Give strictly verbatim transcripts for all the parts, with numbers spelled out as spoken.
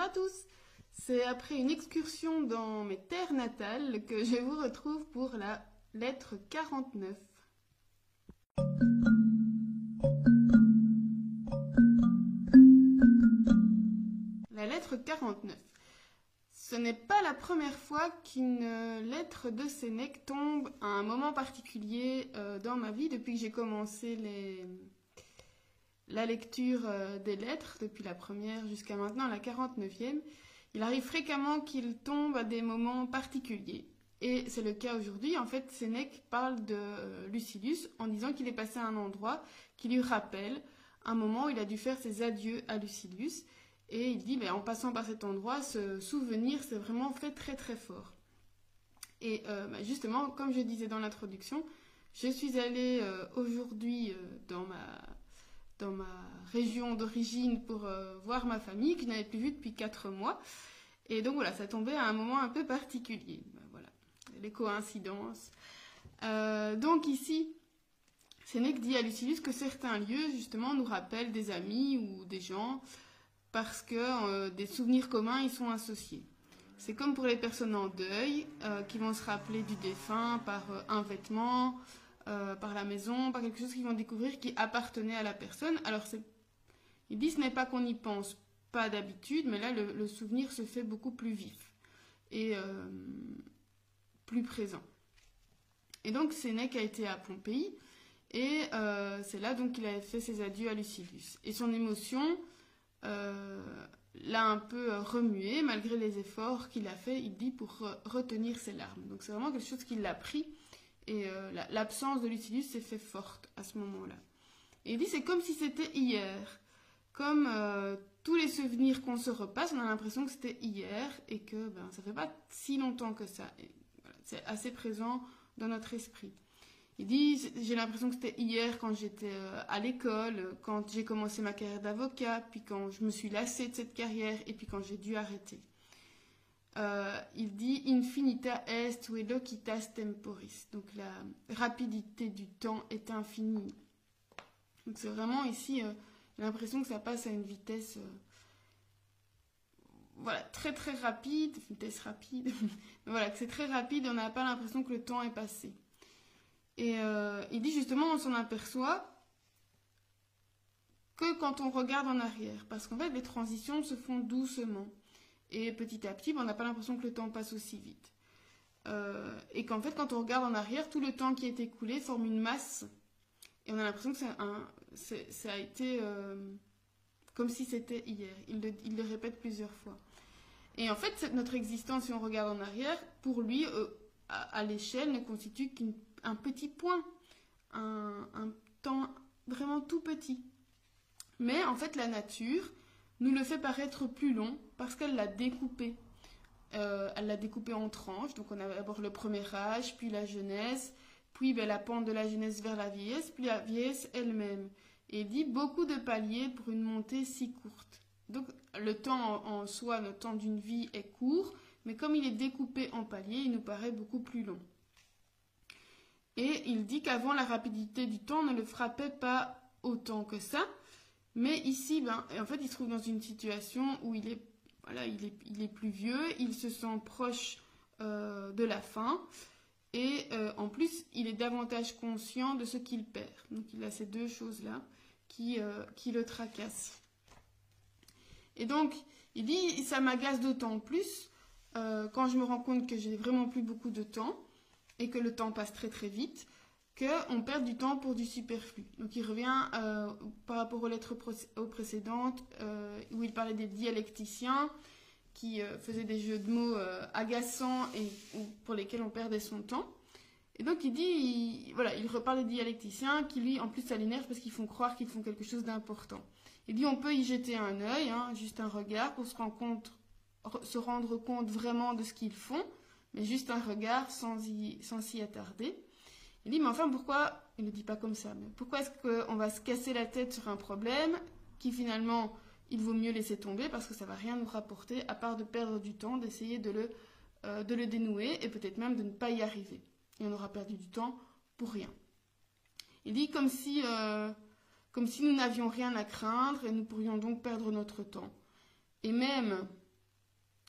à tous. C'est après une excursion dans mes terres natales que je vous retrouve pour la lettre quarante-neuf. La lettre quarante-neuf. Ce n'est pas la première fois qu'une lettre de Sénèque tombe à un moment particulier euh, dans ma vie depuis que j'ai commencé les... la lecture euh, des lettres, depuis la première jusqu'à maintenant la quarante-neuvième. Il arrive fréquemment qu'il tombe à des moments particuliers. Et c'est le cas aujourd'hui. En fait, Sénèque parle de euh, Lucilius en disant qu'il est passé à un endroit qui lui rappelle un moment où il a dû faire ses adieux à Lucilius. Et il dit, ben, en passant par cet endroit, ce souvenir s'est vraiment fait très très fort. Et euh, ben, justement, comme je disais dans l'introduction, je suis allée euh, aujourd'hui euh, dans ma... dans ma région d'origine pour euh, voir ma famille que je n'avais plus vue depuis quatre mois. Et donc voilà, ça tombait à un moment un peu particulier. Ben, voilà, les coïncidences. Euh, donc ici, Sénèque dit à Lucilius que certains lieux, justement, nous rappellent des amis ou des gens parce que euh, des souvenirs communs y sont associés. C'est comme pour les personnes en deuil euh, qui vont se rappeler du défunt par euh, un vêtement, Euh, par la maison, par quelque chose qu'ils vont découvrir qui appartenait à la personne. Alors, il dit ce n'est pas qu'on n'y pense pas d'habitude, mais là, le, le souvenir se fait beaucoup plus vif et euh, plus présent. Et donc, Sénèque a été à Pompéi, et euh, c'est là donc qu'il avait fait ses adieux à Lucilius. Et son émotion euh, l'a un peu remué, malgré les efforts qu'il a fait, il dit, pour retenir ses larmes. Donc, c'est vraiment quelque chose qui l'a pris. Et euh, l'absence de Lucilius s'est fait forte à ce moment-là. Et il dit c'est comme si c'était hier. Comme euh, tous les souvenirs qu'on se repasse, on a l'impression que c'était hier et que ben, ça ne fait pas si longtemps que ça. Voilà, c'est assez présent dans notre esprit. Il dit j'ai l'impression que c'était hier quand j'étais euh, à l'école, quand j'ai commencé ma carrière d'avocat, puis quand je me suis lassée de cette carrière et puis quand j'ai dû arrêter. Euh, il dit infinita est velocitas temporis, donc la rapidité du temps est infinie. Donc c'est vraiment ici euh, l'impression que ça passe à une vitesse euh, voilà, très très rapide, vitesse rapide, voilà, que c'est très rapide, on n'a pas l'impression que le temps est passé. Et euh, il dit justement on s'en aperçoit que quand on regarde en arrière, parce qu'en fait les transitions se font doucement. Et petit à petit, ben, on n'a pas l'impression que le temps passe aussi vite. Euh, et qu'en fait, quand on regarde en arrière, tout le temps qui est écoulé forme une masse. Et on a l'impression que un, ça a été euh, comme si c'était hier. Il le, il le répète plusieurs fois. Et en fait, notre existence, si on regarde en arrière, pour lui, euh, à, à l'échelle, ne constitue qu'un petit point. Un, un temps vraiment tout petit. Mais en fait, la nature nous le fait paraître plus long parce qu'elle l'a découpé. Euh, elle l'a découpé en tranches. Donc on a d'abord le premier âge, puis la jeunesse, puis ben, la pente de la jeunesse vers la vieillesse, puis la vieillesse elle-même. Et il dit beaucoup de paliers pour une montée si courte. Donc le temps en, en soi, le temps d'une vie est court, mais comme il est découpé en paliers, il nous paraît beaucoup plus long. Et il dit qu'avant la rapidité du temps ne le frappait pas autant que ça. Mais ici, ben, en fait, il se trouve dans une situation où il est, voilà, il est, il est plus vieux, il se sent proche euh, de la fin, et euh, en plus, il est davantage conscient de ce qu'il perd. Donc, il a ces deux choses-là qui, euh, qui le tracassent. Et donc, il dit, ça m'agace d'autant plus euh, quand je me rends compte que j'ai vraiment plus beaucoup de temps et que le temps passe très très vite, qu'on perd du temps pour du superflu. Donc il revient euh, par rapport aux lettres précédentes euh, où il parlait des dialecticiens qui euh, faisaient des jeux de mots euh, agaçants et pour lesquels on perdait son temps. Et donc il dit, il, voilà, il reparle des dialecticiens qui lui en plus ça l'énerve parce qu'ils font croire qu'ils font quelque chose d'important. Il dit on peut y jeter un œil, hein, juste un regard pour se rendre compte, se rendre compte vraiment de ce qu'ils font, mais juste un regard sans y, sans s'y attarder. Il dit, mais enfin, pourquoi, il ne le dit pas comme ça, mais pourquoi est-ce qu'on va se casser la tête sur un problème qui finalement, il vaut mieux laisser tomber parce que ça ne va rien nous rapporter à part de perdre du temps, d'essayer de le, euh, de le dénouer et peut-être même de ne pas y arriver. Et on aura perdu du temps pour rien. Il dit comme si, euh, comme si nous n'avions rien à craindre et nous pourrions donc perdre notre temps. Et même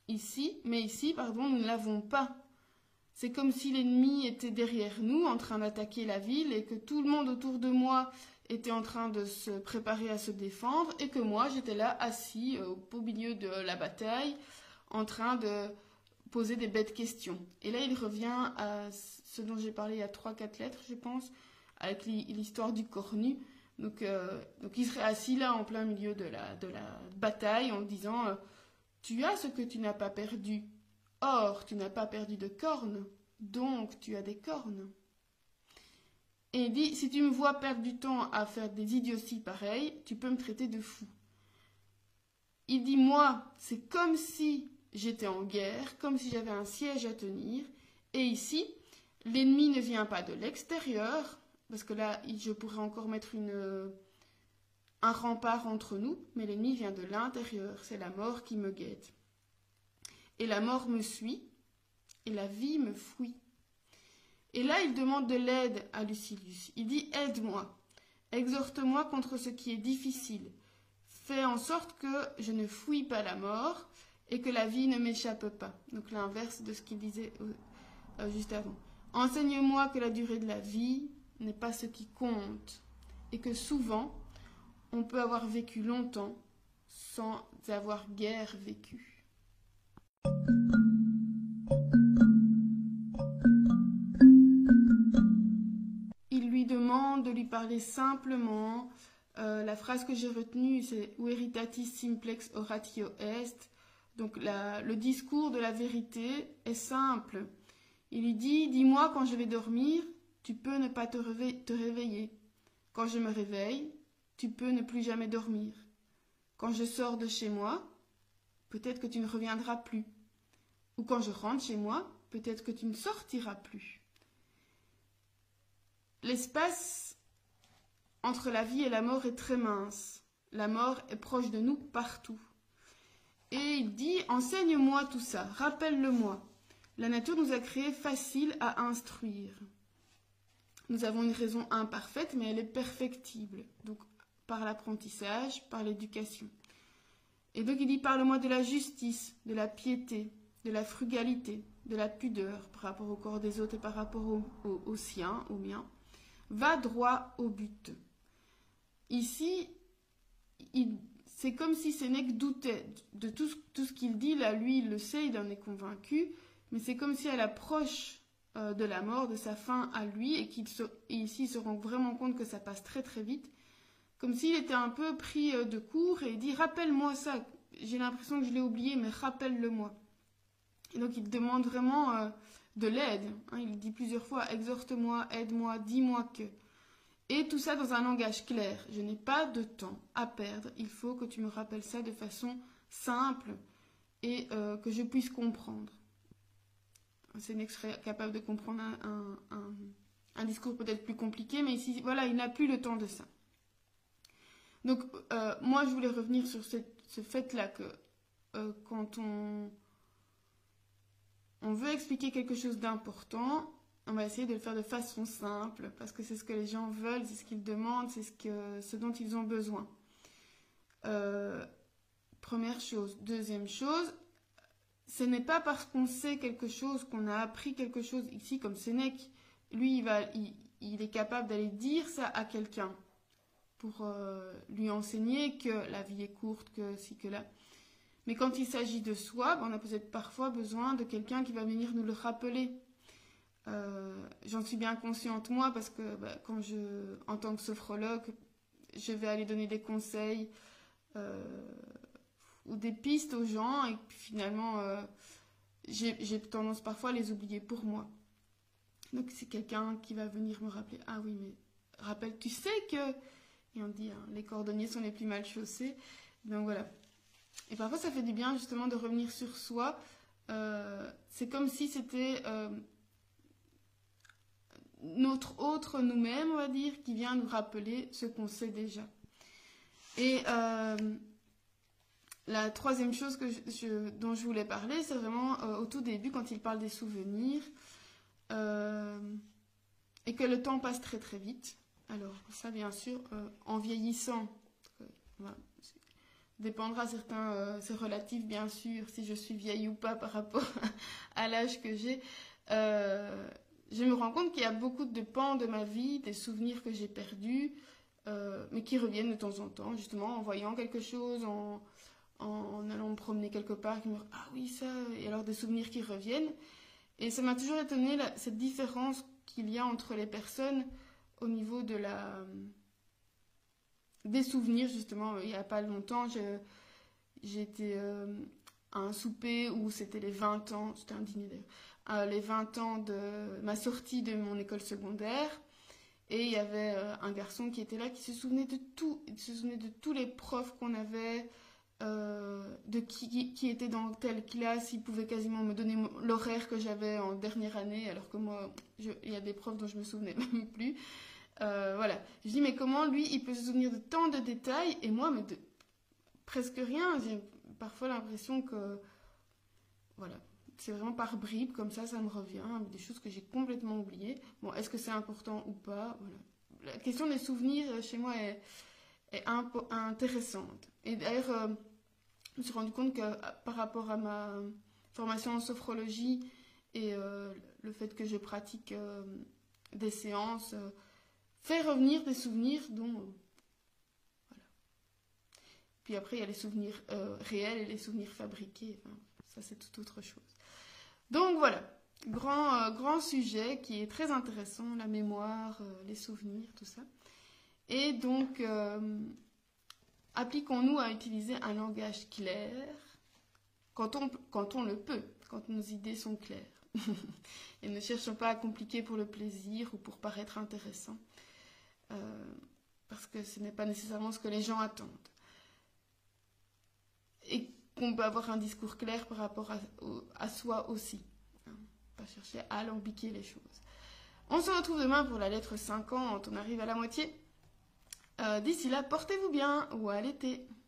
ici, mais ici, pardon, nous ne l'avons pas. C'est comme si l'ennemi était derrière nous, en train d'attaquer la ville, et que tout le monde autour de moi était en train de se préparer à se défendre, et que moi, j'étais là, assis euh, au milieu de la bataille, en train de poser des bêtes questions. Et là, il revient à ce dont j'ai parlé il y a trois quatre lettres, je pense, avec l'histoire du cornu. Donc, euh, donc il serait assis là, en plein milieu de la, de la bataille, en disant euh, « Tu as ce que tu n'as pas perdu. Or, tu n'as pas perdu de cornes, donc tu as des cornes. » Et il dit « Si tu me vois perdre du temps à faire des idioties pareilles, tu peux me traiter de fou. » Il dit « Moi, c'est comme si j'étais en guerre, comme si j'avais un siège à tenir. Et ici, l'ennemi ne vient pas de l'extérieur, parce que là, je pourrais encore mettre une, un rempart entre nous, mais l'ennemi vient de l'intérieur. C'est la mort qui me guette. Et la mort me suit, et la vie me fuit. » Et là, il demande de l'aide à Lucilius. Il dit « Aide-moi, exhorte-moi contre ce qui est difficile. Fais en sorte que je ne fuis pas la mort et que la vie ne m'échappe pas. » Donc l'inverse de ce qu'il disait euh, juste avant. « Enseigne-moi que la durée de la vie n'est pas ce qui compte et que souvent, on peut avoir vécu longtemps sans avoir guère vécu. » Il lui demande de lui parler simplement. Euh, la phrase que j'ai retenue, c'est « Veritatis simplex oratio est ». Donc la, le discours de la vérité est simple. Il lui dit « Dis-moi quand je vais dormir, tu peux ne pas te, réveiller, te réveiller. Quand je me réveille, tu peux ne plus jamais dormir. Quand je sors de chez moi, peut-être que tu ne reviendras plus. Ou quand je rentre chez moi, peut-être que tu ne sortiras plus. » L'espace entre la vie et la mort est très mince. La mort est proche de nous partout. Et il dit « Enseigne-moi tout ça, rappelle-le-moi. La nature nous a créés faciles à instruire. Nous avons une raison imparfaite, mais elle est perfectible. Donc, par l'apprentissage, par l'éducation. Et donc, il dit « Parle-moi de la justice, de la piété, de la frugalité, de la pudeur par rapport au corps des autres et par rapport au, au, au sien, au mien. Va droit au but. » Ici, c'est comme si Sénèque doutait de tout, tout ce qu'il dit. Là, lui, il le sait, il en est convaincu. Mais c'est comme si à l'approche euh, de la mort, de sa fin à lui, et qu'il se, et ici, il se rend vraiment compte que ça passe très très vite, comme s'il était un peu pris euh, de court, et il dit « Rappelle-moi ça. J'ai l'impression que je l'ai oublié, mais rappelle-le-moi. » Et donc, il demande vraiment euh, de l'aide. Hein, il dit plusieurs fois « Exhorte-moi, aide-moi, dis-moi que... » Et tout ça dans un langage clair. Je n'ai pas de temps à perdre. Il faut que tu me rappelles ça de façon simple et euh, que je puisse comprendre. Sénèque serait capable de comprendre un, un, un, un discours peut-être plus compliqué, mais ici, voilà, il n'a plus le temps de ça. Donc, euh, moi, je voulais revenir sur cette, ce fait-là que euh, quand on, on veut expliquer quelque chose d'important, on va essayer de le faire de façon simple, parce que c'est ce que les gens veulent, c'est ce qu'ils demandent, c'est ce, que, ce dont ils ont besoin. Euh, première chose. Deuxième chose, ce n'est pas parce qu'on sait quelque chose, qu'on a appris quelque chose ici, comme Sénèque, lui, il, va, il, il est capable d'aller dire ça à quelqu'un pour euh, lui enseigner que la vie est courte, que ci, que là. Mais quand il s'agit de soi, ben, on a peut-être parfois besoin de quelqu'un qui va venir nous le rappeler. Euh, j'en suis bien consciente moi parce que bah, quand je, en tant que sophrologue, je vais aller donner des conseils euh, ou des pistes aux gens et puis finalement euh, j'ai tendance parfois à les oublier pour moi. Donc c'est quelqu'un qui va venir me rappeler « Ah oui, mais rappelle, tu sais que... » Et on dit hein, « Les cordonniers sont les plus mal chaussés. » Donc voilà. Et parfois ça fait du bien justement de revenir sur soi. Euh, c'est comme si c'était... Euh, notre autre nous-mêmes, on va dire, qui vient nous rappeler ce qu'on sait déjà. Et euh, la troisième chose que je, je, dont je voulais parler, c'est vraiment euh, au tout début, quand il parle des souvenirs, euh, et que le temps passe très très vite. Alors, ça, bien sûr, euh, en vieillissant, euh, voilà, dépendra certains, euh, c'est relatif bien sûr, si je suis vieille ou pas par rapport à l'âge que j'ai. Euh, je me rends compte qu'il y a beaucoup de pans de ma vie, des souvenirs que j'ai perdus, euh, mais qui reviennent de temps en temps, justement en voyant quelque chose, en, en, en allant me promener quelque part, qui me ah oui ça, et alors des souvenirs qui reviennent. Et ça m'a toujours étonné la, cette différence qu'il y a entre les personnes au niveau de la des souvenirs, justement. Il n'y a pas longtemps, j'ai été euh, à un souper où c'était les vingt ans, c'était un dîner d'ailleurs, euh, les vingt ans de ma sortie de mon école secondaire. Et il y avait euh, un garçon qui était là, qui se souvenait de tout, il se souvenait de tous les profs qu'on avait, euh, de qui, qui était dans telle classe. Il pouvait quasiment me donner l'horaire que j'avais en dernière année, alors que moi, je, il y a des profs dont je me souvenais même plus. Euh, voilà. Je dis, mais comment lui, il peut se souvenir de tant de détails, et moi, mais de presque rien. J'ai parfois l'impression que, voilà, c'est vraiment par bribes, comme ça, ça me revient, des choses que j'ai complètement oubliées. Bon, est-ce que c'est important ou pas? Voilà. La question des souvenirs, chez moi, est, est intéressante. Et d'ailleurs, euh, je me suis rendu compte que par rapport à ma formation en sophrologie et euh, le fait que je pratique euh, des séances, euh, fait revenir des souvenirs dont... Euh, voilà. Puis après, il y a les souvenirs euh, réels et les souvenirs fabriqués. Enfin, ça, c'est tout autre chose. Donc voilà, grand, euh, grand sujet qui est très intéressant, la mémoire, euh, les souvenirs, tout ça. Et donc, euh, appliquons-nous à utiliser un langage clair quand on, quand on le peut, quand nos idées sont claires. Et ne cherchons pas à compliquer pour le plaisir ou pour paraître intéressant. Euh, parce que ce n'est pas nécessairement ce que les gens attendent. Et qu'on peut avoir un discours clair par rapport à, à soi aussi. Hein, pas chercher à alambiquer les choses. On se retrouve demain pour la lettre cinquante, on arrive à la moitié. Euh, D'ici là, portez-vous bien ou à l'été.